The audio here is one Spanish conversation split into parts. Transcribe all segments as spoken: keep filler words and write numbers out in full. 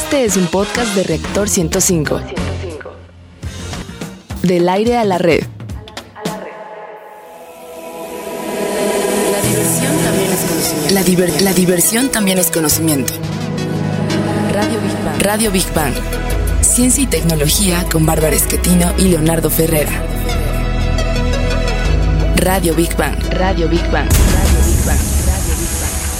Este es un podcast de Reactor ciento cinco. Del aire a la red. La, diver- la diversión también es conocimiento. Radio Big Bang. Radio Big Bang. Ciencia y tecnología con Bárbara Esquetino y Leonardo Ferrera. Radio Big Bang. Radio Big Bang. Radio Big Bang. Radio Big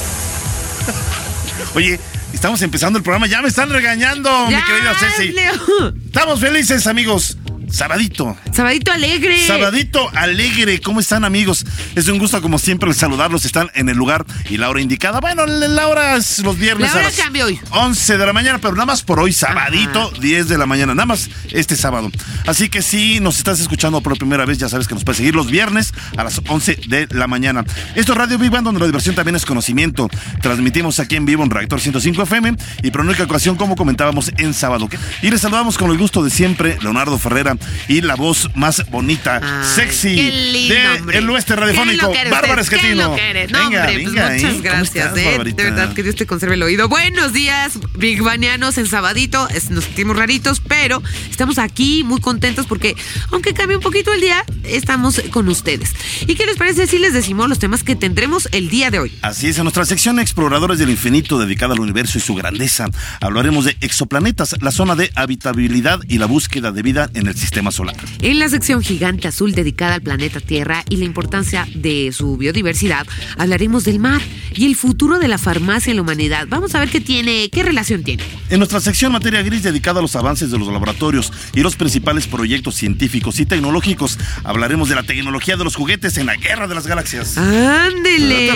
Bang. Oye, estamos empezando el programa. Ya me están regañando, ya, mi querida Ceci. Leo. Estamos felices, amigos. Sabadito. Sabadito alegre. Sabadito alegre. ¿Cómo están, amigos? Es un gusto, como siempre, saludarlos. Están en el lugar y la hora indicada. Bueno, la hora es los viernes la hora a las cambia hoy. once de la mañana, pero nada más por hoy, sabadito, ajá, diez de la mañana. Nada más este sábado. Así que si nos estás escuchando por primera vez, ya sabes que nos puedes seguir los viernes a las once de la mañana. Esto es Radio Big Bang, donde la diversión también es conocimiento. Transmitimos aquí en vivo en Reactor ciento cinco F M y por única ocasión, como comentábamos, en sábado. Y les saludamos con el gusto de siempre, Leonardo Ferrera, y la voz más bonita, ay, sexy del oeste radiofónico, Bárbara Esquetino. No, venga, hombre, venga, pues muchas ¿eh? gracias, estás, eh, de verdad que Dios te conserve el oído. Buenos días, Big Banianos en sabadito. Nos sentimos raritos, pero estamos aquí muy contentos porque, aunque cambie un poquito el día, estamos con ustedes. ¿Y qué les parece si les decimos los temas que tendremos el día de hoy? Así es, en nuestra sección Exploradores del Infinito, dedicada al universo y su grandeza, hablaremos de exoplanetas, la zona de habitabilidad y la búsqueda de vida en el sistema solar. En la sección Gigante Azul, dedicada al planeta Tierra y la importancia de su biodiversidad, hablaremos del mar y el futuro de la farmacia en la humanidad. Vamos a ver qué tiene, qué relación tiene. En nuestra sección Materia Gris, dedicada a los avances de los laboratorios y los principales proyectos científicos y tecnológicos, hablaremos de la tecnología de los juguetes en la Guerra de las Galaxias. ¡Ándele!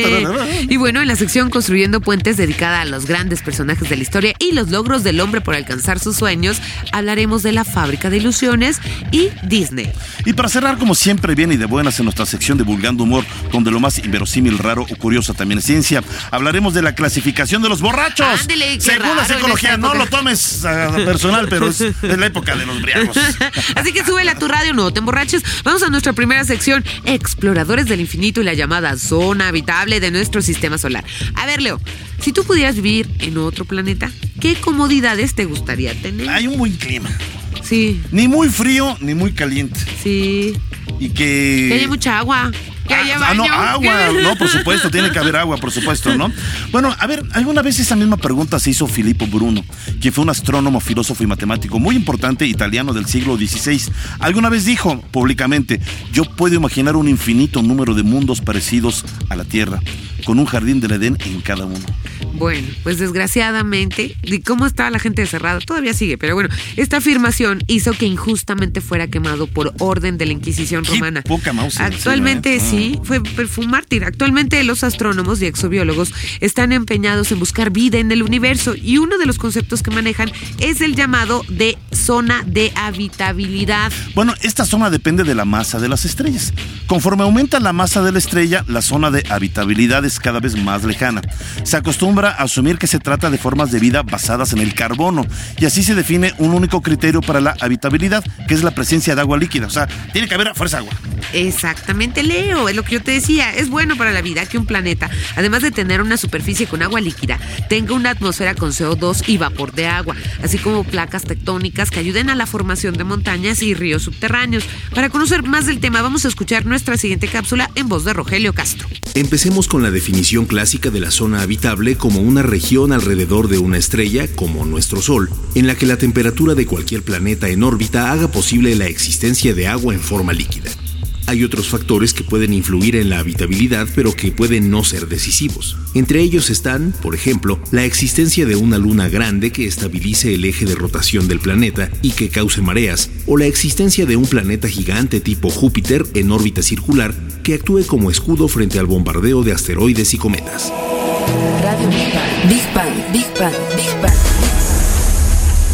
Y bueno, en la sección Construyendo Puentes, dedicada a los grandes personajes de la historia y los logros del hombre por alcanzar sus sueños, hablaremos de la Fábrica de Ilusiones y Disney. Y para cerrar, como siempre, bien y de buenas, en nuestra sección Divulgando Humor, donde lo más inverosímil, raro o curioso también es ciencia, hablaremos de la clasificación de los borrachos. Ándele, qué según raro, la psicología, no lo tomes uh, personal, pero es, es la época de los briagos. Así que súbele a tu radio, no te emborraches. Vamos a nuestra primera sección, Exploradores del Infinito y la llamada zona habitable de nuestro sistema solar. A ver, Leo, si tú pudieras vivir en otro planeta, ¿qué comodidades te gustaría tener? Hay un buen clima. Sí. Ni muy frío, ni muy caliente. Sí. Y que... Que haya mucha agua. Que haya baño. Ah, no, agua. No, por supuesto, tiene que haber agua, por supuesto, ¿no? Bueno, a ver, alguna vez esa misma pregunta se hizo Filippo Bruno, quien fue un astrónomo, filósofo y matemático muy importante italiano del siglo dieciséis. Alguna vez dijo públicamente: yo puedo imaginar un infinito número de mundos parecidos a la Tierra, con un jardín del Edén en cada uno. Bueno, pues desgraciadamente, ¿cómo estaba la gente encerrada? Todavía sigue, pero bueno, esta afirmación hizo que injustamente fuera quemado por orden de la Inquisición Qué romana. Poca mouse. Actualmente sí, sí, fue, fue un mártir. Actualmente los astrónomos y exobiólogos están empeñados en buscar vida en el universo y uno de los conceptos que manejan es el llamado de zona de habitabilidad. Bueno, esta zona depende de la masa de las estrellas. Conforme aumenta la masa de la estrella, la zona de habitabilidad es cada vez más lejana. Se acostumbra a asumir que se trata de formas de vida basadas en el carbono y así se define un único criterio para la habitabilidad, que es la presencia de agua líquida. O sea, tiene que haber a fuerza agua. Exactamente, Leo, es lo que yo te decía. Es bueno para la vida que un planeta, además de tener una superficie con agua líquida, tenga una atmósfera con C O dos y vapor de agua, así como placas tectónicas que ayuden a la formación de montañas y ríos subterráneos. Para conocer más del tema, vamos a escuchar nuestra siguiente cápsula en voz de Rogelio Castro. Empecemos con la definición clásica de la zona habitable como una región alrededor de una estrella, como nuestro Sol, en la que la temperatura de cualquier planeta en órbita haga posible la existencia de agua en forma líquida. Hay otros factores que pueden influir en la habitabilidad, pero que pueden no ser decisivos. Entre ellos están, por ejemplo, la existencia de una luna grande que estabilice el eje de rotación del planeta y que cause mareas, o la existencia de un planeta gigante tipo Júpiter en órbita circular que actúe como escudo frente al bombardeo de asteroides y cometas. Radio Big Bang, Big Bang, Big Bang, Big Bang.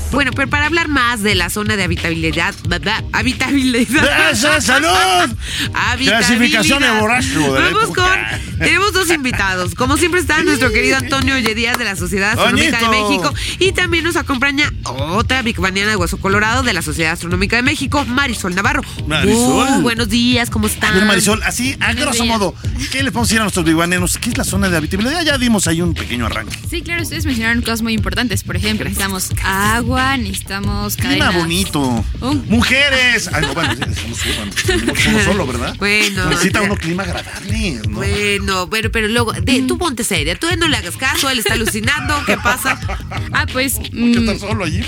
Bueno, pero para hablar más de la zona de habitabilidad, ¿verdad? Habitabilidad. ¡Esa salud! Clasificación de borracho. De Vamos con, tenemos dos invitados. Como siempre está nuestro querido Antonio Olledias de la Sociedad Astronómica de México y también nos acompaña otra bigbaniana de Hueso Colorado de la Sociedad Astronómica de México, Marisol Navarro. Marisol. Uh, buenos días, ¿cómo están? A ver, Marisol, así, a grosso modo, ¿qué le podemos decir a nuestros bigbanianos? ¿Qué es la zona de habitabilidad? Ya dimos ahí un pequeño arranque. Sí, claro, ustedes mencionaron cosas muy importantes. Por ejemplo, necesitamos agua, necesitamos clima cadenas. bonito. Un- Mujeres. Ay, no, bueno, somos, somos, somos solo, ¿verdad? Bueno, necesita ya. uno clima agradable, ¿no? Bueno, pero, pero luego, de, tú ponte seria, tú no le hagas caso, él está alucinando, ¿qué pasa? Ah, pues, ¿Qué mm, estar solo allí?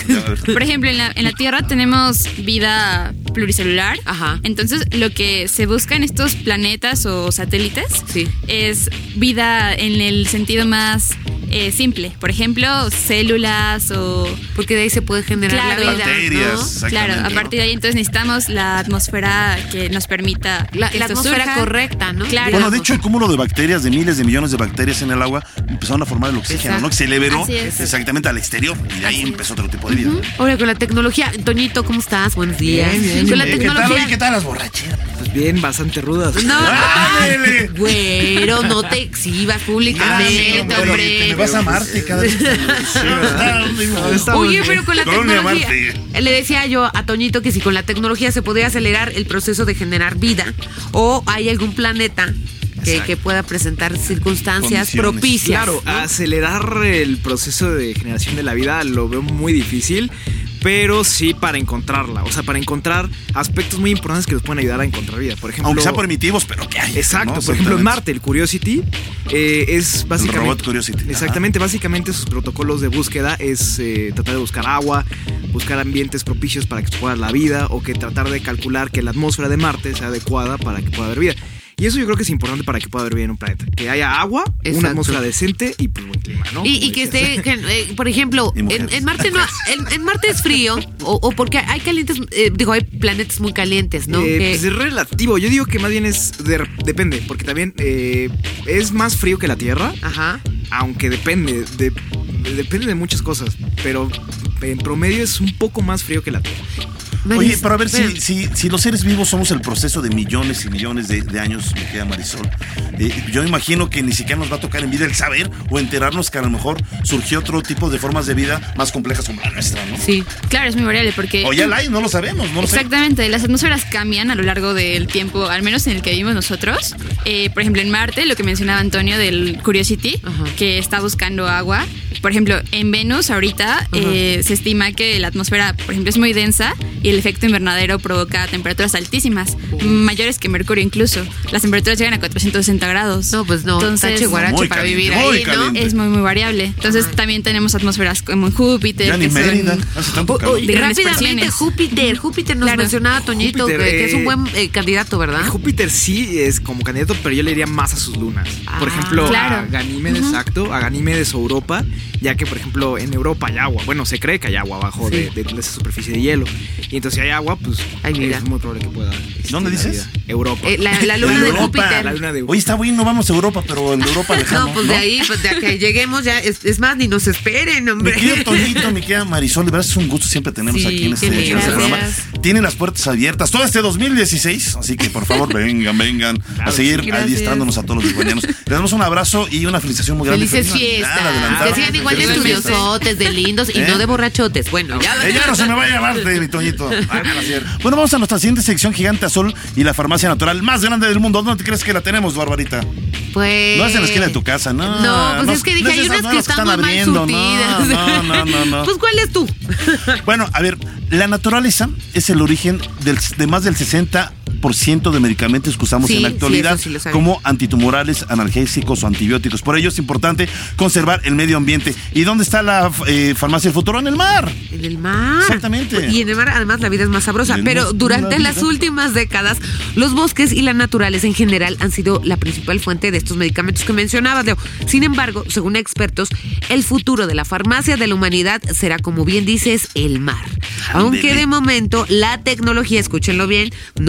por ejemplo, en la, en la Tierra tenemos vida pluricelular. Ajá. Entonces, lo que se busca en estos planetas o satélites Sí. es vida en el sentido más eh, simple. Por ejemplo, células o... Porque de ahí se puede generar Claro. la vida, Bacterias, ¿no? exactamente. Claro, a partir de ahí entonces necesitamos la atmósfera que nos permita La, que la esto atmósfera surja. correcta, ¿no? Claro. Bueno, de hecho, el cúmulo de bacterias, de miles de millones de bacterias en el agua, empezaron a formar el oxígeno, Exacto. ¿no? Que se liberó Así es. exactamente al exterior y de ahí empezó otro tipo de vida. Ahora con la tecnología, Toñito, ¿cómo estás? Buenos días. Bien, bien, con la Eh, ¿Qué tal, tecnología. oye, qué tal las borracheras? Pues bien, bastante rudas. No, ¡Ándale! güero, no te exhibas públicamente, Ah, pero hombre. que me vas a Marte cada vez. Sí, ¿verdad? Digo, Está Oye, bien. pero con la Colonia tecnología. Marte. Le decía yo a Toñito que si con la tecnología se podría acelerar el proceso de generar vida o hay algún planeta que, Exacto. que pueda presentar circunstancias Condiciones. propicias. Claro, ¿no? acelerar el proceso de generación de la vida lo veo muy difícil, pero sí para encontrarla. O sea, para encontrar aspectos muy importantes que nos pueden ayudar a encontrar vida. Por ejemplo, Aunque sean primitivos, pero que hay. Exacto, ¿no? por ejemplo en Exactamente. Marte el Curiosity eh, es básicamente robot Curiosity. Exactamente, básicamente sus protocolos de búsqueda es eh, tratar de buscar agua, buscar ambientes propicios para que se pueda dar la vida o que tratar de calcular que la atmósfera de Marte sea adecuada para que pueda haber vida. Y eso yo creo que es importante para que pueda haber vida en un planeta, que haya agua, Exacto. una atmósfera decente y pues buen clima, ¿no? Y, y Como que decías. esté, que, eh, por ejemplo, Y en, mujeres. en Marte no, en, en Marte es frío o, o porque hay calientes, eh, digo, hay planetas muy calientes, ¿no? Eh, Que- pues es relativo, yo digo que más bien es de- depende, porque también eh, es más frío que la Tierra, Ajá. aunque depende, de, depende de muchas cosas, pero en promedio es un poco más frío que la Tierra. Oye, Maris- pero a ver, bueno, si, si, si los seres vivos somos el proceso de millones y millones de, de años, me queda Marisol, eh, yo imagino que ni siquiera nos va a tocar en vida el saber o enterarnos que a lo mejor surgió otro tipo de formas de vida más complejas como la nuestra, ¿no? Sí. Claro, es muy variable porque... O ya la hay, no lo sabemos, no lo sé. Exactamente, las atmósferas cambian a lo largo del tiempo, al menos en el que vivimos nosotros. Eh, por ejemplo, en Marte, lo que mencionaba Antonio del Curiosity, Ajá. que está buscando agua. Por ejemplo, en Venus ahorita eh, se estima que la atmósfera, por ejemplo, es muy densa y el efecto invernadero provoca temperaturas altísimas, mayores que Mercurio incluso. Las temperaturas llegan a cuatrocientos sesenta grados. No, pues no, Entonces, tache guarache Muy para caliente, vivir muy ahí, ¿no? caliente. es muy, muy variable. Entonces, también tenemos atmósferas como en Júpiter. Ya ni que son- Mérida, hace tanto Oh, calor. de grandes rápidamente, porciones. Júpiter. Júpiter nos Claro. mencionaba Toñito Júpiter, que, que es un eh, buen eh, candidato, ¿verdad? Júpiter sí es como candidato, pero yo le iría más a sus lunas. Por Ah, ejemplo, claro. a Ganímedes, exacto, a Ganímedes o Europa, ya que, por ejemplo, en Europa hay agua. Bueno, se cree que hay agua abajo Sí. de, de esa superficie de hielo. Y entonces, si hay agua, pues Ay, mira. es muy probable que pueda existir ¿Dónde la dices? vida. Europa. Eh, la, la luna En de Europa, Júpiter. La luna de Europa. Oye, está bien, no vamos a Europa, pero en Europa lejano. No, pues de ahí, pues de a que lleguemos ya, es, es más, ni nos esperen, Mi hombre. querido Toñito, mi querida Marisol, de verdad es un gusto siempre tenerlos Sí, aquí en este, qué en este gracias. programa. Tienen las puertas abiertas todo este dos mil dieciséis, así que por favor vengan, vengan a seguir Gracias. adiestrándonos a todos los bigbanianos. Les damos un abrazo y una felicitación muy grande. Felices Feliz Navidad, fiestas. adelantada. Que sigan igual de Felices fiestas. estudiosotes, de lindos y ¿Eh? no de borrachotes. Bueno, ya. Eh, ya no se me va a llamar de mi Toñito. Bueno, vamos a nuestra siguiente sección, Gigante Azul y la farmacia natural más grande del mundo. ¿Dónde crees que la tenemos, Barbarita? Pues. No es en la esquina de tu casa, no. No, pues es que dije, no hay esas unas que nuevas están muy mal abriendo, surtidas. No, no, no, no. Pues, ¿cuál es tú? Bueno, a ver, la naturaleza es el origen del- de más del sesenta por ciento de medicamentos que usamos Sí, en la sí, actualidad, eso sí lo sabía. como antitumorales, analgésicos o antibióticos. Por ello es importante conservar el medio ambiente. ¿Y dónde está la eh, farmacia del futuro? En el mar. En el mar. Exactamente. Y en el mar, además, la vida es más sabrosa. Es Pero más- durante la las vida. últimas décadas, los bosques y la naturaleza en general han sido la principal fuente de estos medicamentos que mencionabas, Leo. Sin embargo, según expertos, el futuro de la farmacia de la humanidad será, como bien dices, el mar. Aunque de momento la tecnología, escúchenlo bien, no permite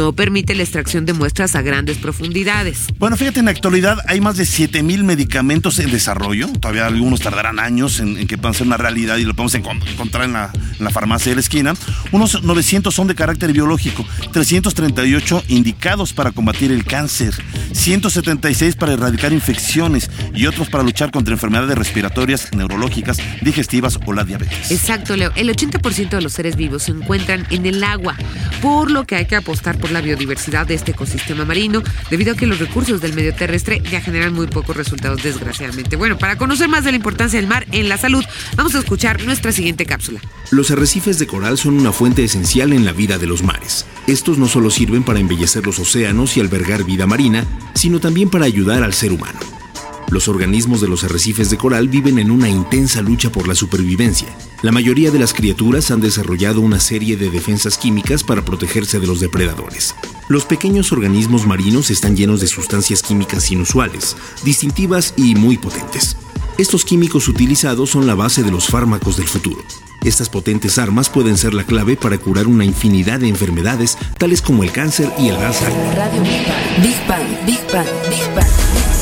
permite la extracción de muestras a grandes profundidades. Bueno, fíjate, en la actualidad hay más de siete mil medicamentos en desarrollo. Todavía algunos tardarán años en, en que puedan ser una realidad y lo podemos encont- encontrar en la, en la farmacia de la esquina. Unos novecientos son de carácter biológico, trescientos treinta y ocho indicados para combatir el cáncer, ciento setenta y seis para erradicar infecciones y otros para luchar contra enfermedades respiratorias, neurológicas, digestivas o la diabetes. Exacto, Leo. El ochenta por ciento de los seres vivos se encuentran en el agua, por lo que hay que apostar por la biodiversidad de este ecosistema marino, debido a que los recursos del medio terrestre ya generan muy pocos resultados, desgraciadamente. Bueno, para conocer más de la importancia del mar en la salud, vamos a escuchar nuestra siguiente cápsula. Los arrecifes de coral son una fuente esencial en la vida de los mares. Estos no solo sirven para embellecer los océanos y albergar vida marina, sino también para ayudar al ser humano. Los organismos de los arrecifes de coral viven en una intensa lucha por la supervivencia. La mayoría de las criaturas han desarrollado una serie de defensas químicas para protegerse de los depredadores. Los pequeños organismos marinos están llenos de sustancias químicas inusuales, distintivas y muy potentes. Estos químicos utilizados son la base de los fármacos del futuro. Estas potentes armas pueden ser la clave para curar una infinidad de enfermedades, tales como el cáncer y el Alzheimer. Radio Big Bang, Big Bang, Big Bang, Big Bang.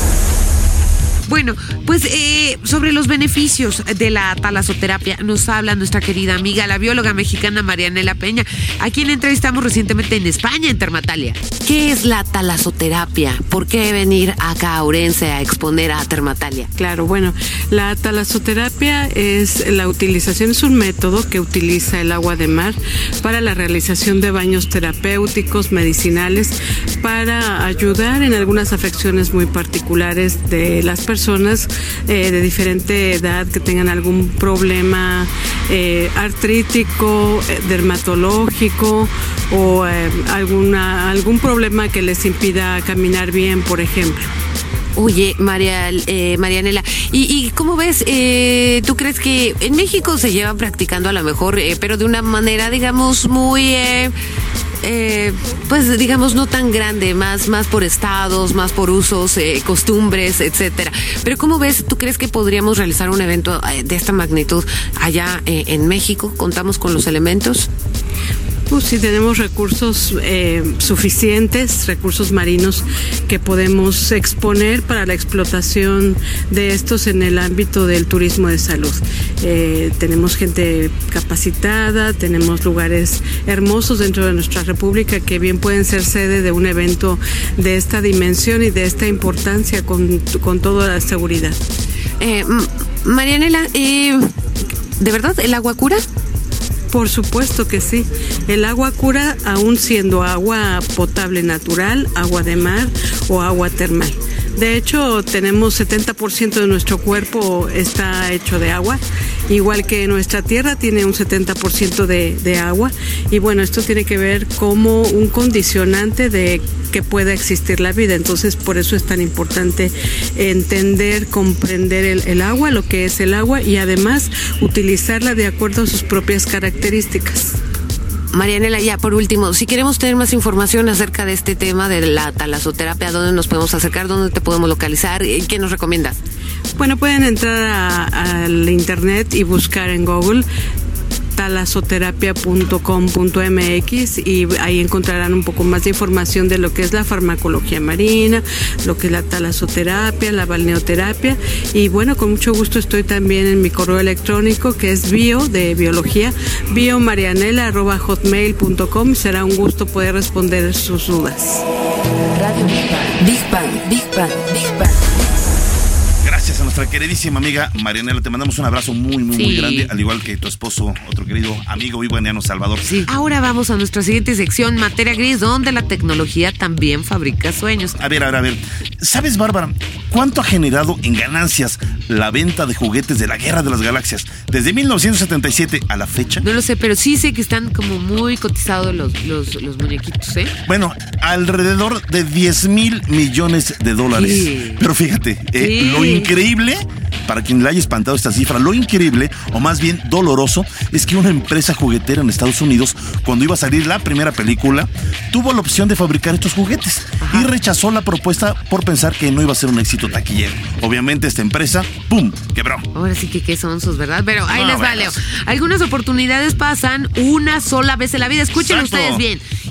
Bueno, pues eh, sobre los beneficios de la talasoterapia nos habla nuestra querida amiga, la bióloga mexicana Marianela Peña, a quien entrevistamos recientemente en España, en Termatalia. ¿Qué es la talasoterapia? ¿Por qué venir acá a Ourense a exponer a Termatalia? Claro, bueno, la talasoterapia es la utilización, es un método que utiliza el agua de mar para la realización de baños terapéuticos, medicinales, para ayudar en algunas afecciones muy particulares de las personas eh, de diferente edad que tengan algún problema eh, artrítico, eh, dermatológico o eh, alguna, algún problema que les impida caminar bien, por ejemplo. Oye, María, eh, Marianela, ¿y, y cómo ves? Eh, ¿Tú crees que en México se lleva practicando a lo mejor, eh, pero de una manera, digamos, muy... Eh, Eh, pues digamos no tan grande, más, más por estados, más por usos, eh, costumbres, etcétera? Pero ¿cómo ves? ¿Tú crees que podríamos realizar un evento de esta magnitud allá eh, en México? ¿Contamos con los elementos? Pues sí, tenemos recursos eh, suficientes, recursos marinos que podemos exponer para la explotación de estos en el ámbito del turismo de salud. Eh, tenemos gente capacitada, tenemos lugares hermosos dentro de nuestra república que bien pueden ser sede de un evento de esta dimensión y de esta importancia con, con toda la seguridad. Eh, Marianela, eh, ¿de verdad el agua cura? Por supuesto que sí. El agua cura aún siendo agua potable natural, agua de mar o agua termal. De hecho, tenemos setenta por ciento de nuestro cuerpo está hecho de agua, igual que nuestra tierra tiene un setenta por ciento de, de agua. Y bueno, esto tiene que ver como un condicionante de que pueda existir la vida. Entonces, por eso es tan importante entender, comprender el, el agua, lo que es el agua, y además utilizarla de acuerdo a sus propias características. Marianela, ya por último, si queremos tener más información acerca de este tema de la talasoterapia, ¿dónde nos podemos acercar? ¿Dónde te podemos localizar? ¿Qué nos recomiendas? Bueno, pueden entrar al internet y buscar en Google talasoterapia punto com punto m x y ahí encontrarán un poco más de información de lo que es la farmacología marina, lo que es la talasoterapia, la balneoterapia. Y bueno, con mucho gusto estoy también en mi correo electrónico, que es bio de biología, biomarianela arroba hotmail punto com. Será un gusto poder responder sus dudas. Radio Big Bang, Big Bang, Big Bang, Big Bang. Gracias a nuestra queridísima amiga Marianela, te mandamos un abrazo muy, muy, sí. muy grande, al igual que tu esposo, otro querido amigo vivaneano, Salvador. Sí. Ahora vamos a nuestra siguiente sección, Materia Gris, donde la tecnología también fabrica sueños. A ver, a ver, a ver. ¿Sabes, Bárbara, cuánto ha generado en ganancias la venta de juguetes de la Guerra de las Galaxias desde mil novecientos setenta y siete a la fecha? No lo sé, pero sí sé que están como muy cotizados los, los, los muñequitos, ¿eh? Bueno, alrededor de diez mil millones de dólares. Sí. Pero fíjate, eh, sí. lo increíble, para quien le haya espantado esta cifra, lo increíble, o más bien doloroso, es que una empresa juguetera en Estados Unidos, cuando iba a salir la primera película, tuvo la opción de fabricar estos juguetes. Ajá. Y rechazó la propuesta por pensar que no iba a ser un éxito taquillero. Obviamente esta empresa, ¡pum!, quebró. Ahora sí que qué sonsos, ¿verdad? Pero ahí no, les vale. Algunas oportunidades pasan una sola vez en la vida. Escuchen Exacto. ustedes bien.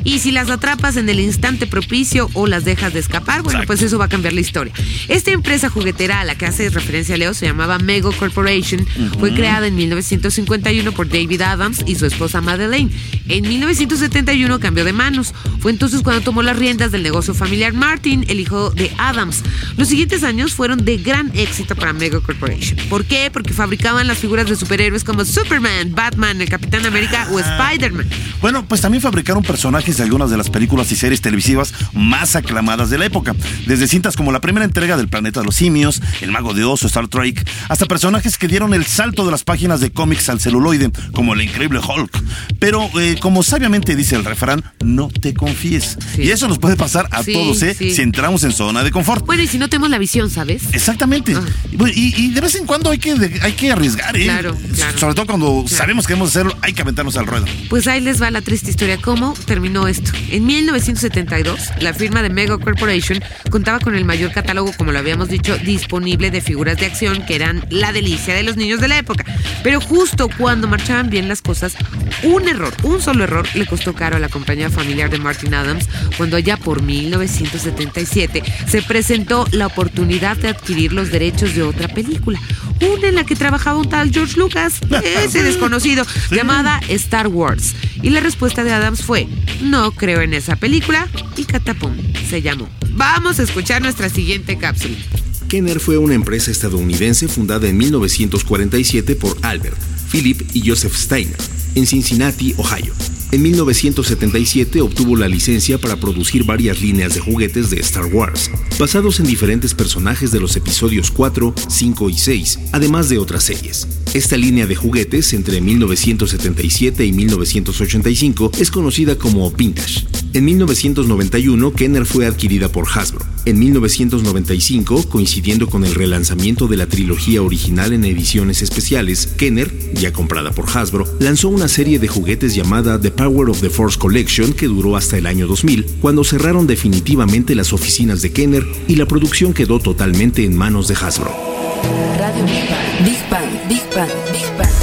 y si las atrapas en el instante propicio o las dejas de escapar, bueno, Exacto. pues eso va a cambiar la historia. Esta empresa juguetera a la que hace referencia Leo se llamaba Mego Corporation. Uh-huh. Fue creada en mil novecientos cincuenta y uno por David Adams y su esposa Madeleine. En mil novecientos setenta y uno cambió de manos. Fue entonces cuando tomó las riendas del negocio familiar Martin, el hijo de Adams. Los siguientes años fueron de gran éxito para Mego Corporation. ¿Por qué? Porque fabricaban las figuras de superhéroes como Superman, Batman, el Capitán América o Spider-Man. Bueno, pues también fabricaron personajes de algunas de las películas y series televisivas más aclamadas de la época. Desde cintas como la primera entrega del Planeta de los Simios, El Mago de Oz o Star Trek, hasta personajes que dieron el salto de las páginas de cómics al celuloide, como el increíble Hulk. Pero, eh, como sabiamente dice el refrán, no te confíes. Sí. Y eso nos puede pasar a sí, todos, ¿eh? Sí. Si entramos en zona de confort. Bueno, y si no tenemos la visión, ¿sabes? Exactamente. Ah. Y, y de vez en cuando hay que, de, hay que arriesgar, ¿eh? Claro, claro. Sobre todo cuando claro. sabemos que debemos hacerlo, hay que aventarnos al ruedo. Pues ahí les va la triste historia. ¿Cómo terminó esto? En mil novecientos setenta y dos, la firma de Mego Corporation contaba con el mayor catálogo, como lo habíamos dicho, disponible de figuras de acción que eran la delicia de los niños de la época. Pero justo cuando marchaban bien las cosas, un error, un solo error, le costó caro a la compañía familiar de Martin Adams, cuando allá por mil novecientos setenta y siete se presentó la oportunidad de adquirir los derechos de otra película, una en la que trabajaba un tal George Lucas, ese desconocido, sí. llamada Star Wars. Y la respuesta de Adams fue: no creo en esa película, y catapum, se llamó. Vamos a escuchar nuestra siguiente cápsula. Kenner fue una empresa estadounidense fundada en mil novecientos cuarenta y siete por Albert, Philip y Joseph Steiner, en Cincinnati, Ohio. En mil novecientos setenta y siete obtuvo la licencia para producir varias líneas de juguetes de Star Wars, basados en diferentes personajes de los episodios cuatro, cinco y seis, además de otras series. Esta línea de juguetes entre mil novecientos setenta y siete y mil novecientos ochenta y cinco es conocida como Vintage. En mil novecientos noventa y uno, Kenner fue adquirida por Hasbro. En mil novecientos noventa y cinco, coincidiendo con el relanzamiento de la trilogía original en ediciones especiales, Kenner, ya comprada por Hasbro, lanzó una serie de juguetes llamada The Power of the Force Collection que duró hasta el año dos mil, cuando cerraron definitivamente las oficinas de Kenner y la producción quedó totalmente en manos de Hasbro. Radio Big Bang, Big Bang, Big Bang, Big Bang.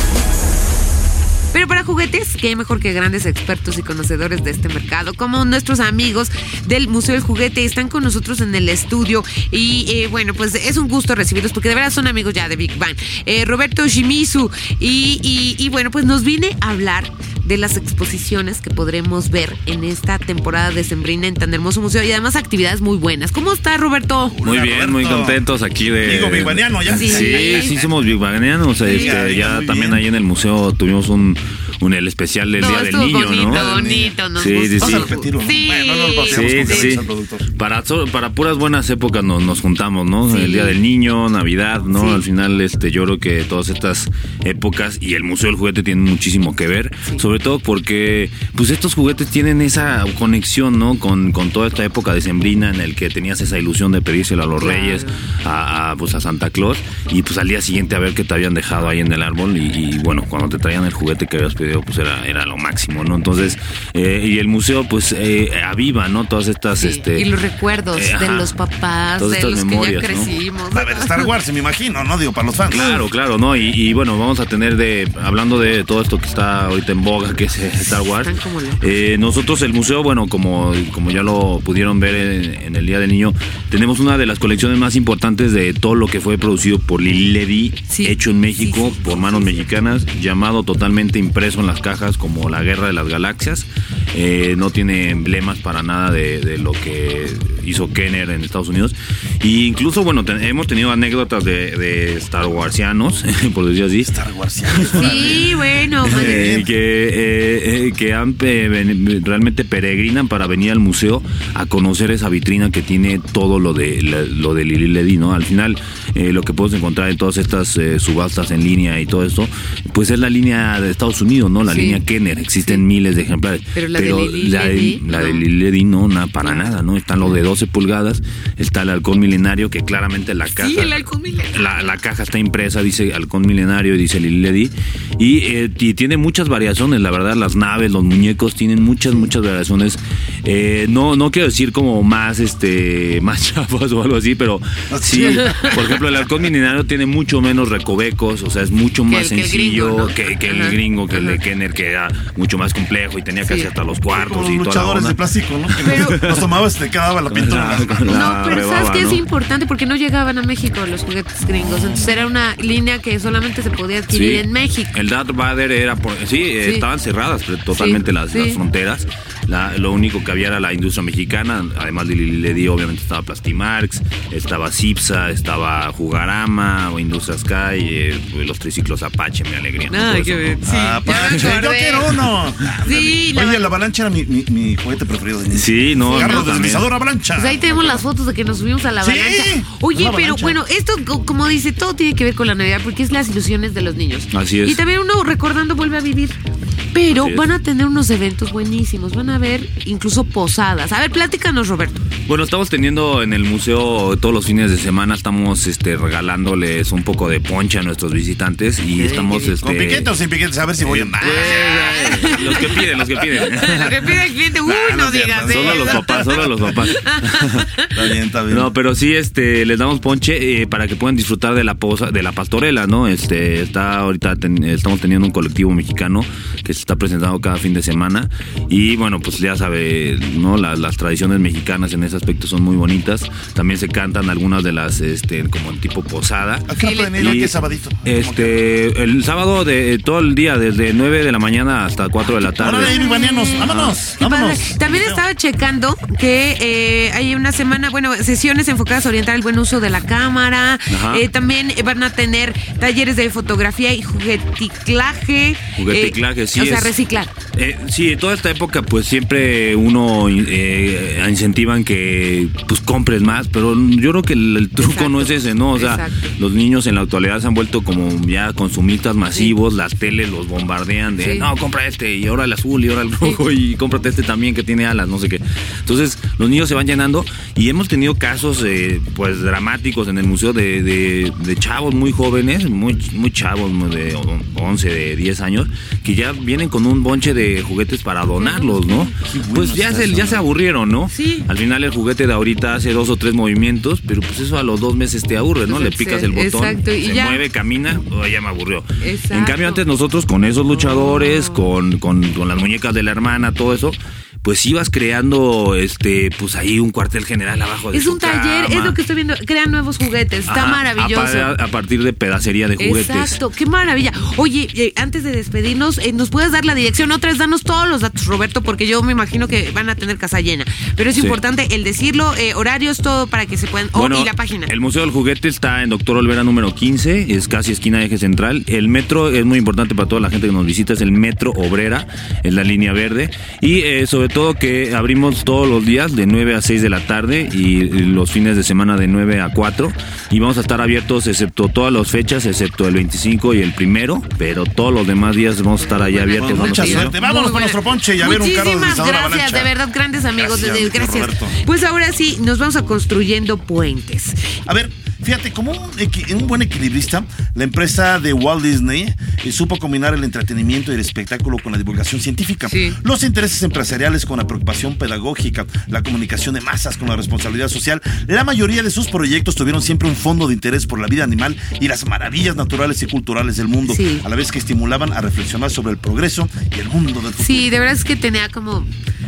Pero para juguetes, qué mejor que grandes expertos y conocedores de este mercado, como nuestros amigos del Museo del Juguete. Están con nosotros en el estudio y eh, bueno, pues es un gusto recibirlos porque de verdad son amigos ya de Big Bang. Eh, Roberto Shimizu y, y, y bueno, pues nos viene a hablar de las exposiciones que podremos ver en esta temporada decembrina en tan hermoso museo y además actividades muy buenas. ¿Cómo estás, Roberto? Muy Hola, bien, Roberto. muy contentos aquí de... Digo, bigbaniano ya. Sí, sí, sí somos bigbanianos. Sí, este, ya, ya también bien. Ahí en el museo tuvimos un, un el especial del no, Día del Niño, bonito, ¿no? bonito, nos sí, gustó. sí, sí. Vamos a repetirlo, ¿no? Sí. Bueno, no nos Sí, sí, sí. Para, para puras buenas épocas nos, nos juntamos, ¿no? Sí. El Día del Niño, Navidad, ¿no? Sí. Al final, este, yo creo que todas estas épocas y el Museo del Juguete tienen muchísimo que ver, sí. Sobre todo porque pues estos juguetes tienen esa conexión, ¿no? Con, con toda esta época decembrina en el que tenías esa ilusión de pedírselo a los claro. Reyes, a, a, pues a Santa Claus, y pues al día siguiente a ver qué te habían dejado ahí en el árbol, y, y bueno, cuando te traían el juguete que habías pedido, pues era, era lo máximo, ¿no? Entonces, eh, y el museo, pues, eh, aviva, ¿no? Todas estas, sí. este... Y los recuerdos eh, de ajá, los papás, de los memorias, que ya crecimos. ¿no? A ver, Star Wars, me imagino, ¿no? Digo, para los fans. Claro, claro, ¿no? Y, y bueno, vamos a tener de, hablando de todo esto que está ahorita en boga, que es Star Wars, eh, nosotros el museo, bueno, como, como ya lo pudieron ver en, en el Día del Niño, tenemos una de las colecciones más importantes de todo lo que fue producido por Lili Ledy, sí. hecho en México, sí, sí, por manos sí, mexicanas, llamado totalmente impreso en las cajas como La Guerra de las Galaxias. Eh, no tiene emblemas para nada de, de lo que hizo Kenner en Estados Unidos. Y incluso, bueno, ten, hemos tenido anécdotas de, de Star Warsianos, por decir así. Star Warsianos. Sí, bueno. Eh, que, eh, eh, que han, eh, realmente peregrinan para venir al museo a conocer esa vitrina que tiene todo lo de la, lo de Lili Ledy, ¿no? Al final, eh, lo que puedes encontrar en todas estas eh, subastas en línea y todo esto, pues es la línea de Estados Unidos, ¿no? La sí. línea Kenner. Existen sí. miles de ejemplares. Pero la pero de Lili la, Ledy, la no. de Lili Ledy no, nada, para nada, ¿no? Están los de doce pulgadas, está el halcón milenario, que claramente la caja... Sí, el halcón milenario. La, la caja está impresa, dice halcón milenario y dice Lili Ledy. Y, eh, y tiene muchas variaciones, la verdad, las naves, los muñecos, tienen muchas, muchas variaciones. Eh, no, no quiero decir como más, este, más chafas o algo así, pero sí, por ejemplo, ejemplo, el halcón milenario tiene mucho menos recovecos, o sea, es mucho Que más el- que el sencillo gringo, ¿no? que, que Ajá. el gringo, que el de Ajá. Kenner, que era mucho más complejo y tenía que Sí. hacer hasta los cuartos Como y los toda la luchadores onda. de plástico, ¿no? Que Pero- los, los tomabas y te quedaba la pintura. La- con la No, pero rebaba, sabes que ¿no? es importante porque no llegaban a México los juguetes gringos. Entonces era una línea que solamente se podía adquirir Sí. en México. El Darth Vader era por, sí, eh, Sí. estaban cerradas pero totalmente Sí, las, sí. las fronteras. La- lo único que había era la industria mexicana. Además de Lili Ledi, obviamente estaba Plastimarx, estaba Cipsa, estaba Jugarama o Industria Sky, eh, los triciclos Apache, mi alegría. ¿no? Todo Ay, eso, qué ¿no? bien. Sí, Ah, ya me Apache, yo acordé. quiero uno. Sí, la- Oye, la avalancha era mi, mi, mi juguete preferido de niño. Sí, no, no, Carro también. deslizador avalancha. Pues ahí tenemos las fotos de que nos subimos a la Sí, avalancha. Oye, una pero avalancha. bueno, esto, co- como dice, todo tiene que ver con la Navidad porque es las ilusiones de los niños. Así es. Y también uno recordando vuelve a vivir. Pero Así es. van a tener unos eventos buenísimos, van a haber incluso posadas. A ver, pláticanos, Roberto. Bueno, estamos teniendo en el museo todos los fines de semana, estamos este, regalándoles un poco de ponche a nuestros visitantes y estamos... Este, ¿Con piquete o sin piquete? A ver si voy a andar. pues, los que piden, los que piden. Lo que pide el cliente, uy, Nah, no no, es cierto, digas Solo eso. los papás, solo los papás. Está bien, está bien. No, pero sí, este, les damos ponche eh, para que puedan disfrutar de la posa, de la pastorela, ¿no? Este, está ahorita ten- estamos teniendo un colectivo mexicano que se está presentando cada fin de semana y bueno, pues ya sabe, ¿no? Las, las tradiciones mexicanas en ese aspecto son muy bonitas. También se cantan algunas de las, este, como en tipo posada. ¿A qué hora pueden ir? Y, ¿Qué sabadito? Este, el sábado de todo el día, desde nueve de la mañana hasta cuatro de la tarde. Órale, vivanianos, vámonos, Qué padre. vámonos. También estaba checando que eh, hay una semana, bueno, sesiones enfocadas a orientar el buen uso de la cámara. Ajá. Eh, también van a tener talleres de fotografía y jugueticlaje. Jugueticlaje, eh, sí O sea, es. reciclar. Eh, sí, en toda esta época pues siempre uno eh, incentivan que pues compres más, pero yo creo que el, el truco Exacto. no es ese, ¿no? O sea, Exacto. los niños en la actualidad se han vuelto como ya consumistas masivos, las teles los bombardean de, Sí. no, compra este, y ahora el azul, y ahora el rojo, y cómprate este también que tiene alas, no sé qué. Entonces, los niños se van llenando y hemos tenido casos eh, pues dramáticos en el museo de, de, de chavos muy jóvenes, muy, muy chavos, muy de once, de diez años, que ya vienen con un bonche de juguetes para donarlos, ¿no? bueno Pues ya está se, eso, ya ¿no? se aburrieron, ¿no? Sí. Al final el juguete de ahorita hace dos o tres movimientos, pero pues eso a los dos meses te aburre, ¿no? Le picas el botón, Exacto, y se ya. mueve, camina, oh, ya me aburrió. Exacto. En cambio antes nosotros con esos luchadores, Oh. con, con, con las muñecas de la hermana, todo eso, pues ibas creando, este, pues ahí un cuartel general abajo de Es su un taller, cama. es lo que estoy viendo. Crean nuevos juguetes, está Ajá, maravilloso. A, pa- a partir de pedacería de juguetes. Exacto, qué maravilla. Oye, eh, antes de despedirnos, eh, ¿nos puedes dar la dirección? Otra vez, danos todos los datos, Roberto, porque yo me imagino que van a tener casa llena. Pero es Sí. importante el decirlo, eh, horarios, todo para que se puedan... Oh, Bueno, y la página. El Museo del Juguete está en Doctor Olvera número quince, es casi esquina de Eje Central. El metro es muy importante para toda la gente que nos visita, es el Metro Obrera, es la línea verde. Y eh, sobre todo que abrimos todos los días de nueve a seis de la tarde y, y los fines de semana de nueve a cuatro. Y vamos a estar abiertos excepto todas las fechas, excepto el veinticinco y el primero, pero todos los demás días vamos a estar allá abiertos. Bueno, con mucha nuestro suerte. museo. Vámonos Muy con buena. nuestro ponche y a ver un carro Muchísimas deslizador gracias, avalancha. de verdad, grandes amigos. Gracias, desde- mi querido gracias. Roberto. Pues ahora sí, nos vamos a construyendo puentes. A ver, fíjate, como un, equi- un buen equilibrista, la empresa de Walt Disney eh, supo combinar el entretenimiento y el espectáculo con la divulgación científica, Sí. los intereses empresariales con la preocupación pedagógica, la comunicación de masas con la responsabilidad social. La mayoría de sus proyectos tuvieron siempre un fondo de interés por la vida animal y las maravillas naturales y culturales del mundo, Sí. a la vez que estimulaban a reflexionar sobre el progreso y el mundo del futuro. Sí, de verdad es que tenía como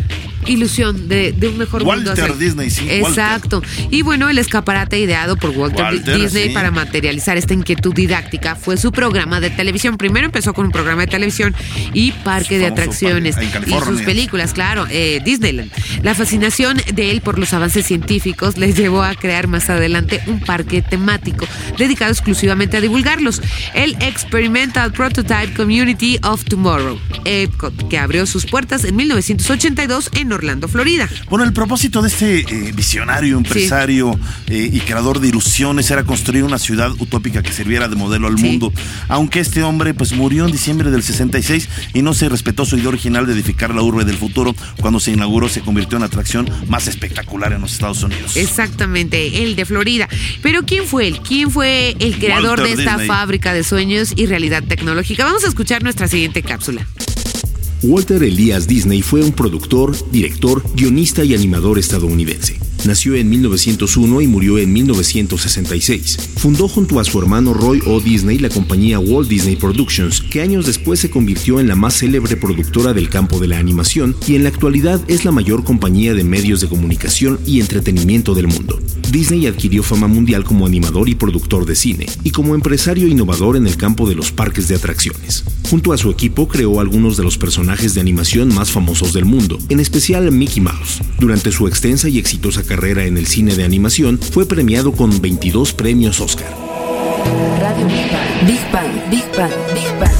ilusión de, de un mejor mundo. Walter hacia- Disney, sí, Exacto. Y bueno, el escaparate ideado por Walter, Walter, Disney sí. para materializar esta inquietud didáctica fue su programa de televisión. Primero empezó con un programa de televisión y parque Su de famoso atracciones parque en y California. sus películas, claro, eh, Disneyland. La fascinación de él por los avances científicos les llevó a crear más adelante un parque temático dedicado exclusivamente a divulgarlos, el Experimental Prototype Community of Tomorrow, Epcot, que abrió sus puertas en mil novecientos ochenta y dos en Orlando, Florida. Bueno, el propósito de este eh, visionario, empresario eh, y creador de ilusiones era construir una ciudad utópica que sirviera de modelo al Sí. mundo. Aunque este hombre pues murió en diciembre del sesenta y seis y no se respetó su idea original de edificar la urbe del futuro, cuando se inauguró se convirtió en la atracción más espectacular en los Estados Unidos. Exactamente, el de Florida. Pero ¿quién fue él? ¿Quién fue el creador Walter de esta Disney. fábrica de sueños y realidad tecnológica? Vamos a escuchar nuestra siguiente cápsula. Walter Elias Disney fue un productor, director, guionista y animador estadounidense. Nació en mil novecientos uno y murió en mil novecientos sesenta y seis. Fundó junto a su hermano Roy O. Disney la compañía Walt Disney Productions, que años después se convirtió en la más célebre productora del campo de la animación y en la actualidad es la mayor compañía de medios de comunicación y entretenimiento del mundo. Disney adquirió fama mundial como animador y productor de cine y como empresario innovador en el campo de los parques de atracciones. Junto a su equipo creó algunos de los personajes de animación más famosos del mundo, en especial Mickey Mouse. Durante su extensa y exitosa carrera en el cine de animación, fue premiado con veintidós premios Oscar. Radio Big Bang, Big Bang, Big Bang, Big Bang.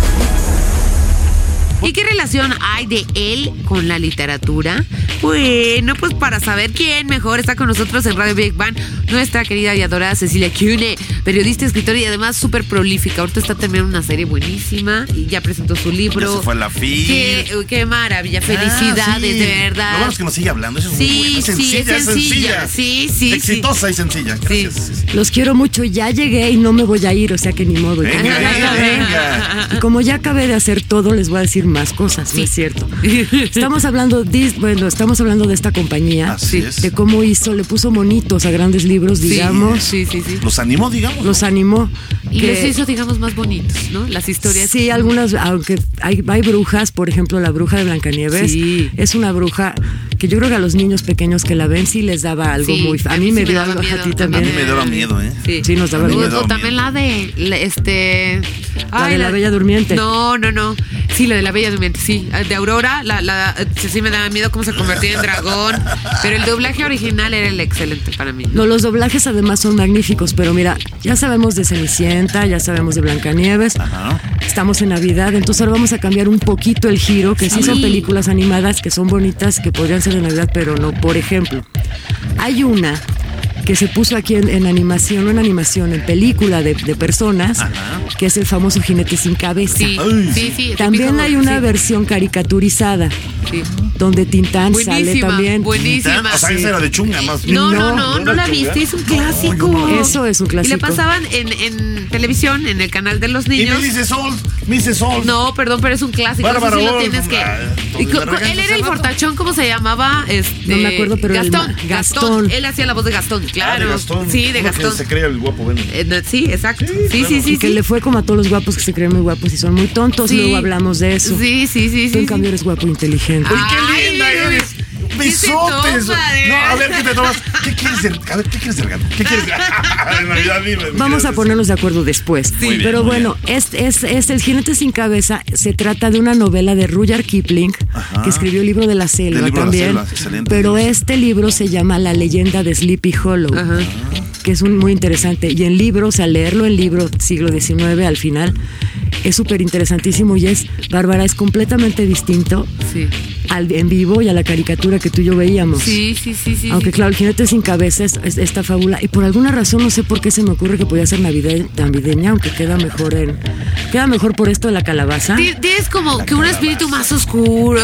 ¿Y qué relación hay de él con la literatura? Bueno, pues para saber quién mejor está con nosotros en Radio Big Bang, nuestra querida y adorada Cecilia Cune, periodista, escritora y además súper prolífica. Ahorita está terminando una serie buenísima y ya presentó su libro. Ya se fue a la F I. Qué, qué maravilla, felicidades, ah, sí. de verdad. Lo bueno es que nos sigue hablando, eso es sí, muy bueno. Es sencilla, sí, es sencilla. es sencilla. Sí, sí, Exitosa sí. y sencilla. Gracias. Sí. Los quiero mucho, ya llegué y no me voy a ir, o sea que ni modo. Venga, ya venga, venga. Y como ya acabé de hacer todo, les voy a decir más cosas, sí. ¿No es cierto? Estamos hablando de, bueno, estamos hablando de esta compañía, Así es. de cómo hizo, le puso monitos a grandes libros, digamos. Sí, sí, sí. sí. Los animó, digamos. Los animó. Y que, les hizo, digamos, más bonitos, ¿no? Las historias. Sí, algunas, aunque hay, hay brujas, por ejemplo, la bruja de Blancanieves, sí. es una bruja que yo creo que a los niños pequeños que la ven sí les daba algo sí, muy... A, a mí mí me sí dio me algo, miedo, a ti también. A mí me daba miedo, ¿eh? Sí, sí nos daba miedo. miedo. O también la de, la, este... La ay, de la, la Bella Durmiente. No, no, no. Sí, la de la Bella Durmiente, sí. De Aurora, la, la, sí me daba miedo cómo se convertía en dragón. Pero el doblaje original era el excelente para mí. No, los doblajes además son magníficos, pero mira, ya sabemos de Cenicienta, ya sabemos de Blancanieves. Ajá. Estamos en Navidad, entonces ahora vamos a cambiar un poquito el giro, que sí, sí son películas animadas, que son bonitas, que podrían ser de Navidad, pero no. Por ejemplo, hay una que se puso aquí en, en animación, no en animación, en película de, de personas, ajá, que es el famoso Jinete sin cabeza. Sí, Ay, sí, sí. También hay una sí. versión caricaturizada, sí, donde Tintán buenísima, sale también. Buenísima. O sea, esa era de chunga más. No, no, no, no, no la viste, es un clásico. No, no, no. Eso es un clásico. Y le pasaban en, en televisión, en el canal de los niños. Y missus Sol, missus Sol. No, perdón, pero es un clásico. Bárbara, eso sí lo tienes que. Y co- él era el fortachón, ¿cómo se llamaba? Este, no me acuerdo, pero Gastón, el, Gastón. Gastón. Él hacía la voz de Gastón, claro. Ah, de Gastón. Sí, de Gastón. Que se creía el guapo, bueno. Eh, sí, exacto. Sí, sí, claro. sí. sí y que sí. le fue como a todos los guapos que se creen muy guapos y son muy tontos. Sí. Luego hablamos de eso. Sí, sí, sí. Tú sí, en sí. cambio eres guapo e inteligente. ¡Uy, qué linda Ay, eres! ¡Besotes! toma, de No, a verdad. ver, ¿qué te tomas? ¿Qué quieres del, a ver, ¿qué quieres del gato? ¿Qué quieres de Navidad? Dime, Vamos a ponernos de acuerdo después. Muy bien, Pero muy bueno, es, es, es El Jinete sin cabeza. Se trata de una novela de Rudyard Kipling, Ajá. que escribió el libro de la selva Del libro de la también. selva, excelente pero libro. este libro se llama La leyenda de Sleepy Hollow, Ajá. que es un, muy interesante. Y en libro, o sea, leerlo en libro siglo diecinueve al final, es súper interesantísimo y es, Bárbara, es completamente distinto Sí. al en vivo y a la caricatura que tú y yo veíamos. Sí, sí, sí, sí. Aunque sí. claro, El Jinete sin cabeza es, es esta fábula. Y por alguna razón, no sé por qué se me ocurre que podía ser navide- navideña, aunque queda mejor en... Queda mejor por esto de la calabaza. Ti- Tienes como que un espíritu más oscuro.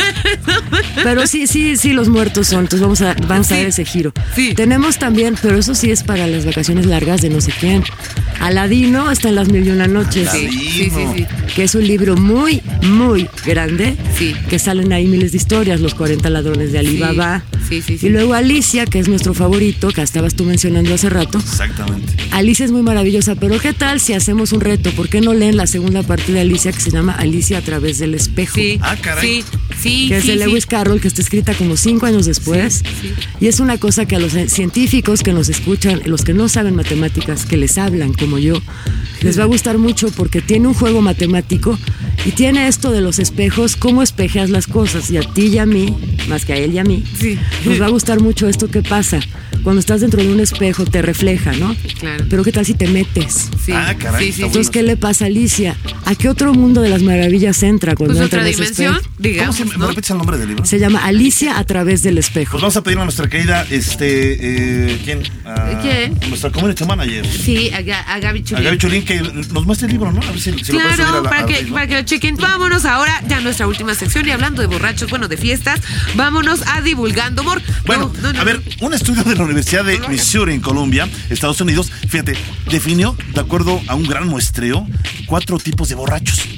Pero sí, sí, sí, los muertos son. Entonces vamos a, vamos a Sí. dar ese giro. Sí. Tenemos también, pero eso sí es para las vacaciones largas de no sé quién. Aladino está en Las Mil y Una Noches. Sí, sí, sí, sí. Que es un libro muy, muy grande. Sí. Que salen ahí miles de historias, Los cuarenta ladrones de Alibaba. Sí, sí, sí. Y luego Alicia, que es nuestro favorito, que estabas tú mencionando hace rato. Exactamente. Alicia es muy maravillosa, pero ¿qué tal si hacemos un reto? ¿Por qué no leen la segunda parte de Alicia, que se llama Alicia a través del espejo? Sí, Ah, caray. sí, sí. Que es sí, de Lewis sí. Carroll, que está escrita como cinco años después. Sí, sí. Y es una cosa que a los científicos que nos escuchan, los que no saben matemáticas, que les hablan como yo, les va a gustar mucho porque tiene un juego matemático y tiene esto de los espejos, cómo espejeas las cosas. Y a ti y a mí, más que a él y a mí, Sí. nos va a gustar mucho esto que pasa. Cuando estás dentro de un espejo te refleja, ¿no? Claro. Pero ¿qué tal si te metes? Sí, Ah, caray, sí, está sí, bueno. Entonces, ¿qué le pasa a Alicia? ¿A qué otro mundo de las maravillas entra cuando Pues entra otra en ese dimensión, espejo? ¿Cómo digamos, se, ¿Me ¿no? repites el nombre del libro? Se llama Alicia a través del espejo. Pues vamos a pedirle a nuestra querida, este, eh, ¿quién? A ¿Quién? Nuestra community manager. Sí, a, Ga- a Gaby A Chulín. Gaby Cholín, que nos muestre el libro, ¿no? A ver si, si lo puedes subir a Claro, la- para a que, Facebook. para que lo chequen. Vámonos ahora, ya a nuestra última sección. Y hablando de borrachos, bueno, de fiestas, vámonos a Divulgando Amor. Bueno, No, no, no, a ver, no. un estudio de la Universidad de No lo hagas. Missouri en Colombia, Estados Unidos, fíjate, definió, de acuerdo a un gran muestreo, cuatro tipos de borrachos.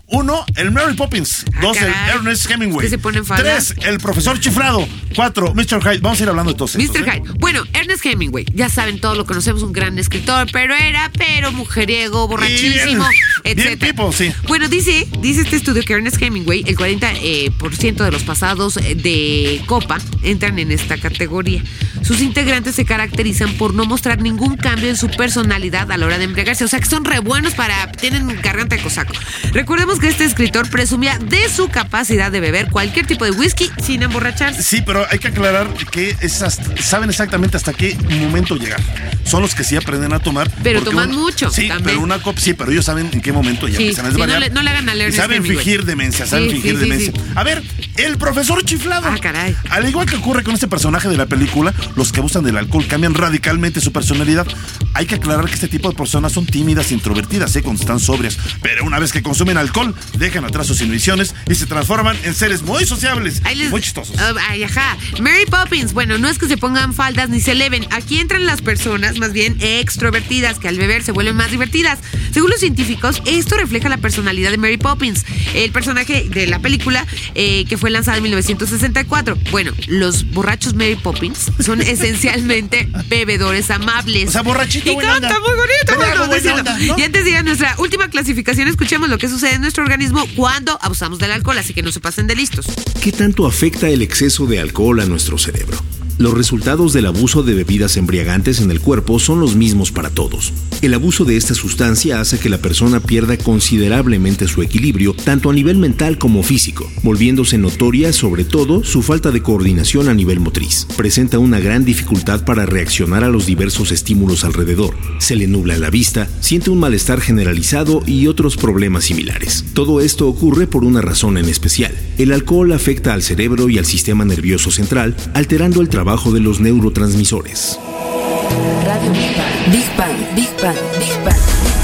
Uno, el Mary Poppins. Ah, Dos, caray. el Ernest Hemingway. ¿Es que se pone en falda? Tres, el profesor chiflado. Cuatro, mister Hyde. Vamos a ir hablando de todos estos. mister ¿eh? Hyde. Bueno, Ernest Hemingway, ya saben, todos lo conocemos, un gran escritor, pero era, pero mujeriego, borrachísimo, Y bien, bien etcétera. tipo, sí. Bueno, dice, dice este estudio que Ernest Hemingway, el cuarenta eh, por ciento de los pasados eh, de copa entran en esta categoría. Sus integrantes se caracterizan por no mostrar ningún cambio en su personalidad a la hora de embriagarse. O sea, que son re buenos para... tienen garganta de cosaco. Recordemos que este escritor presumía de su capacidad de beber cualquier tipo de whisky sin emborracharse. Sí, pero hay que aclarar que esas, saben exactamente hasta qué momento llegar. Son los que sí aprenden a tomar. Pero porque toman un- mucho Sí, también. pero una copa, sí, pero ellos saben en qué momento ya Sí, empiezan a sí, no desvariar. le- no le hagan al Y Ernest saben Hemingway. fingir demencia, saben Sí, fingir sí, sí, demencia. sí. A ver, el profesor chiflado. Ah, caray. Al igual que ocurre con este personaje de la película, los que abusan del alcohol cambian radicalmente su personalidad. Hay que aclarar que este tipo de personas son tímidas e introvertidas, ¿eh? Cuando están sobrias. Pero una vez que consumen alcohol, dejan atrás sus inhibiciones y se transforman en seres muy sociables Ahí y les- muy chistosos. Ah, ay, ajá. Mary Poppins, bueno, no es que se pongan faldas ni se eleven. Aquí entran las personas más bien extrovertidas, que al beber se vuelven más divertidas. Según los científicos, esto refleja la personalidad de Mary Poppins, el personaje de la película eh, que fue lanzada en mil novecientos sesenta y cuatro. Bueno, los borrachos Mary Poppins son esencialmente bebedores amables. O sea, borrachito, Y buena canta onda. muy bonito. Bravo, bueno, buena decirlo. onda, ¿no? Y antes de ir a nuestra última clasificación, escuchemos lo que sucede en nuestro organismo cuando abusamos del alcohol, así que no se pasen de listos. ¿Qué tanto afecta el exceso de alcohol a nuestro cerebro? Los resultados del abuso de bebidas embriagantes en el cuerpo son los mismos para todos. El abuso de esta sustancia hace que la persona pierda considerablemente su equilibrio, tanto a nivel mental como físico, volviéndose notoria sobre todo su falta de coordinación a nivel motriz. Presenta una gran dificultad para reaccionar a los diversos estímulos alrededor. Se le nubla la vista, siente un malestar generalizado y otros problemas similares. Todo esto ocurre por una razón en especial. El alcohol afecta al cerebro y al sistema nervioso central, alterando el trabajo de los neurotransmisores. Radio Big Bang. Big Bang, Big Bang, Big Bang.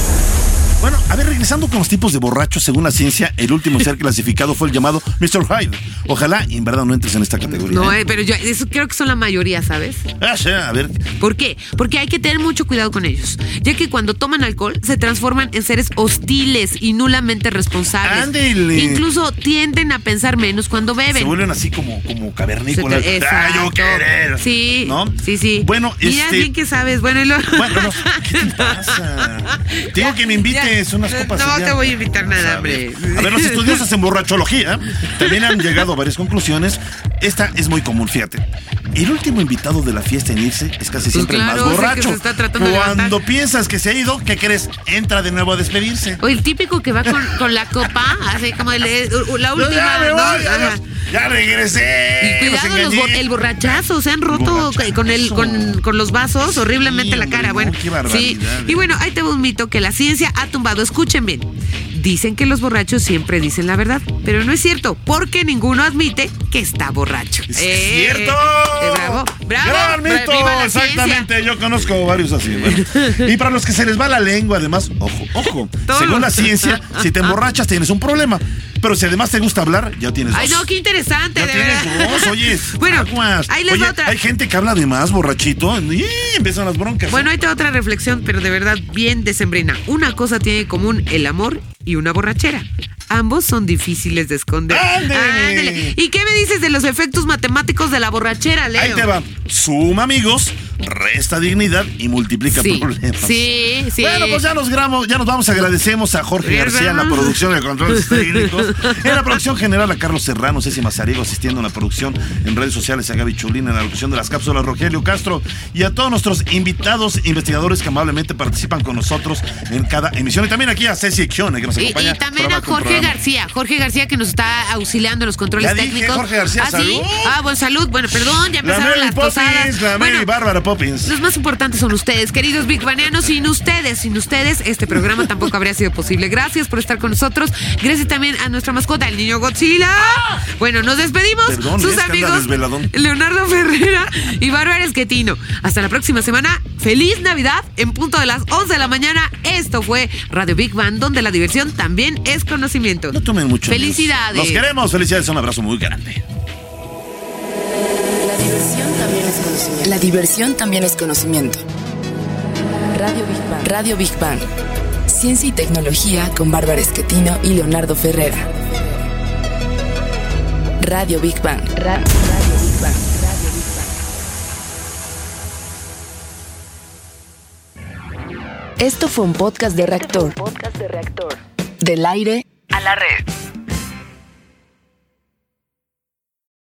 Bueno, a ver, regresando con los tipos de borrachos, según la ciencia, el último ser clasificado fue el llamado mister Hyde. Ojalá, en verdad, no entres en esta categoría. No, ¿eh? eh, pero yo eso creo que son la mayoría, ¿sabes? Ah, sí, a ver. ¿Por qué? Porque hay que tener mucho cuidado con ellos, ya que cuando toman alcohol se transforman en seres hostiles y nulamente responsables. Ándele. Incluso tienden a pensar menos cuando beben. Se vuelven así como, como cavernícolas. Se te- Ah, yo Exacto. querer. Sí, ¿No? sí, sí. Bueno, Mira este... bien que sabes. Bueno, y lo... Bueno, no, ¿qué te pasa? Te digo que me invites Ya. unas copas. No y ya. te voy a invitar nada, A ver. hombre. A ver, los estudiosos en borrachología también han llegado a varias conclusiones. Esta es muy común, fíjate. El último invitado de la fiesta en irse es casi Pues siempre claro, el es más el que borracho. se está tratando de Cuando levantar. piensas que se ha ido, ¿qué crees? Entra de nuevo a despedirse. O el típico que va con, con la copa, así como el- eh, la No, última. ya me ¿no? voy, ya, Ajá. ya regresé. Y cuidado, los los engañé. bor- el borrachazo, se han roto Borrachazo. con el con, con los vasos horriblemente Sí, la hombre, cara. no, Bueno, qué sí. barbaridad. Y bueno, ahí te va un mito que la ciencia ha tumbado. Escuchen bien. Dicen que los borrachos siempre dicen la verdad, pero no es cierto, porque ninguno admite que está borracho. ¡Es Eh, cierto! eh, bravo, bravo. ¡Gran Bra- mito! viva la Exactamente, yo conozco varios así. Bueno. Y para los que se les va la lengua, además, ojo, ojo. Todos Según los- la ciencia, si te emborrachas tienes un problema. Pero si además te gusta hablar, ya tienes dos. Ay, no, qué interesante, Ya de tienes verdad. dos, oye. Bueno, aguas. ahí les Oye, va otra. hay gente que habla de más, borrachito, y empiezan las broncas. Bueno, ahí te va otra reflexión, pero de verdad bien decembrina. Una cosa tiene en común el amor y una borrachera. Ambos son difíciles de esconder. ¡Ándele! Ándele. ¿Y qué me dices de los efectos matemáticos de la borrachera, Leo? Ahí te va. Suma amigos, resta dignidad y multiplica Sí, problemas. sí, sí. Bueno, pues ya nos gramos, ya nos vamos. Agradecemos a Jorge ¿Verdad? García en la producción de controles técnicos. En la producción general a Carlos Serrano, Ceci Mazariego asistiendo en la producción en redes sociales, a Gaby Chulín en la locución de las cápsulas, Rogelio Castro y a todos nuestros invitados investigadores que amablemente participan con nosotros en cada emisión. Y también aquí a Ceci Kione que nos Y, acompaña. y también a programa con Jorge programa. García, Jorge García que nos está auxiliando en los controles Ya dije, técnicos. Jorge García, ¿Ah, sí? salud. Ah, bueno, salud. Bueno, perdón, ya La empezaron Mary las tosadas. Poppins, la Mary Bueno, Bárbara Poppins. los más importantes son ustedes, queridos Big Baneanos. Sin ustedes, sin ustedes, este programa tampoco habría sido posible. Gracias por estar con nosotros. Gracias también a nuestra mascota, el niño Godzilla. Bueno, nos despedimos. Perdón, Sus es que anda amigos, desveladón. Leonardo Ferrera y Bárbara Esquetino. Hasta la próxima semana. Feliz Navidad en punto de las once de la mañana. Esto fue Radio Big Bang, donde la diversión también es conocimiento. No tomen mucho. amigos. Felicidades. Los queremos, felicidades, un abrazo muy grande. La diversión también es conocimiento. La diversión también es conocimiento. Radio Big Bang. Radio Big Bang. Ciencia y tecnología con Bárbara Esquetino y Leonardo Ferrera. Radio Big Bang. Ra- Radio Big Bang. Radio Big Bang. Esto fue un podcast de Reactor. Del aire a la red.